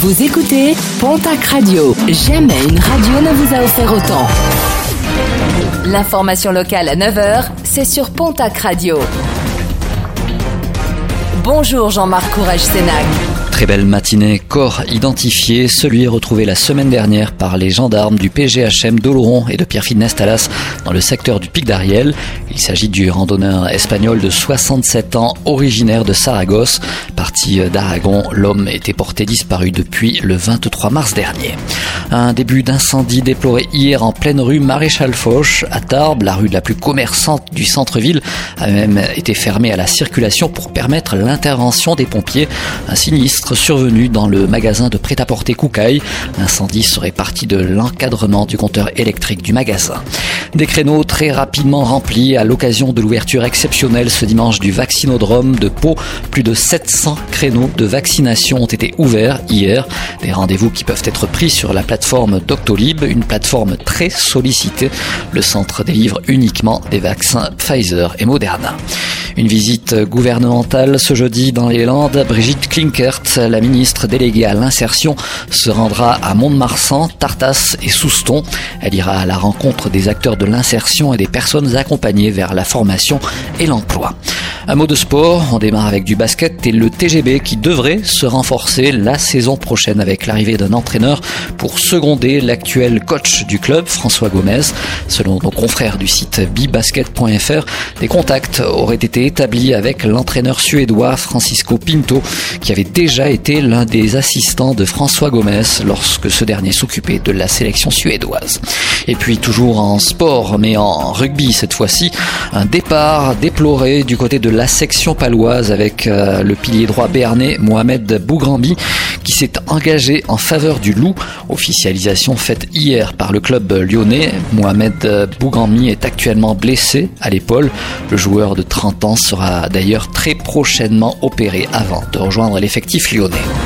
Vous écoutez Pontac Radio. Jamais une radio ne vous a offert autant. L'information locale à 9h, c'est sur Pontac Radio. Bonjour Jean-Marc Courage-Sénac. Très belle matinée. Corps identifié, celui retrouvé la semaine dernière par les gendarmes du PGHM d'Oloron et de Pierrefitte-Nestalas dans le secteur du Pic d'Ariel. Il s'agit du randonneur espagnol de 67 ans, originaire de Saragosse. Parti d'Aragon, l'homme était porté disparu depuis le 23 mars dernier. Un début d'incendie déploré hier en pleine rue Maréchal Foch à Tarbes. La rue la plus commerçante du centre-ville a même été fermée à la circulation pour permettre l'intervention des pompiers. Un sinistre survenu dans le magasin de prêt-à-porter Koukaï. L'incendie serait parti de l'encadrement du compteur électrique du magasin. Des créneaux très rapidement remplis à l'occasion de l'ouverture exceptionnelle ce dimanche du vaccinodrome de Pau. Plus de 700 créneaux de vaccination ont été ouverts hier. Des rendez-vous qui peuvent être pris sur la plateforme Doctolib, une plateforme très sollicitée. Le centre délivre uniquement des vaccins Pfizer et Moderna. Une visite gouvernementale ce jeudi dans les Landes. Brigitte Klinkert, la ministre déléguée à l'insertion, se rendra à Mont-de-Marsan, Tartas et Souston. Elle ira à la rencontre des acteurs de l'insertion et des personnes accompagnées vers la formation et l'emploi. Un mot de sport, on démarre avec du basket et le TGB qui devrait se renforcer la saison prochaine avec l'arrivée d'un entraîneur pour seconder l'actuel coach du club, François Gomez. Selon nos confrères du site bibasket.fr, des contacts auraient été établis avec l'entraîneur suédois Francisco Pinto, qui avait déjà été l'un des assistants de François Gomez lorsque ce dernier s'occupait de la sélection suédoise. Et puis toujours en sport, mais en rugby cette fois-ci, un départ déploré du côté de la section paloise avec le pilier droit béarnais Mohamed Bougrambi qui s'est engagé en faveur du Loup. Officialisation faite hier par le club lyonnais. Mohamed Bougrambi est actuellement blessé à l'épaule. Le joueur de 30 ans sera d'ailleurs très prochainement opéré avant de rejoindre l'effectif lyonnais.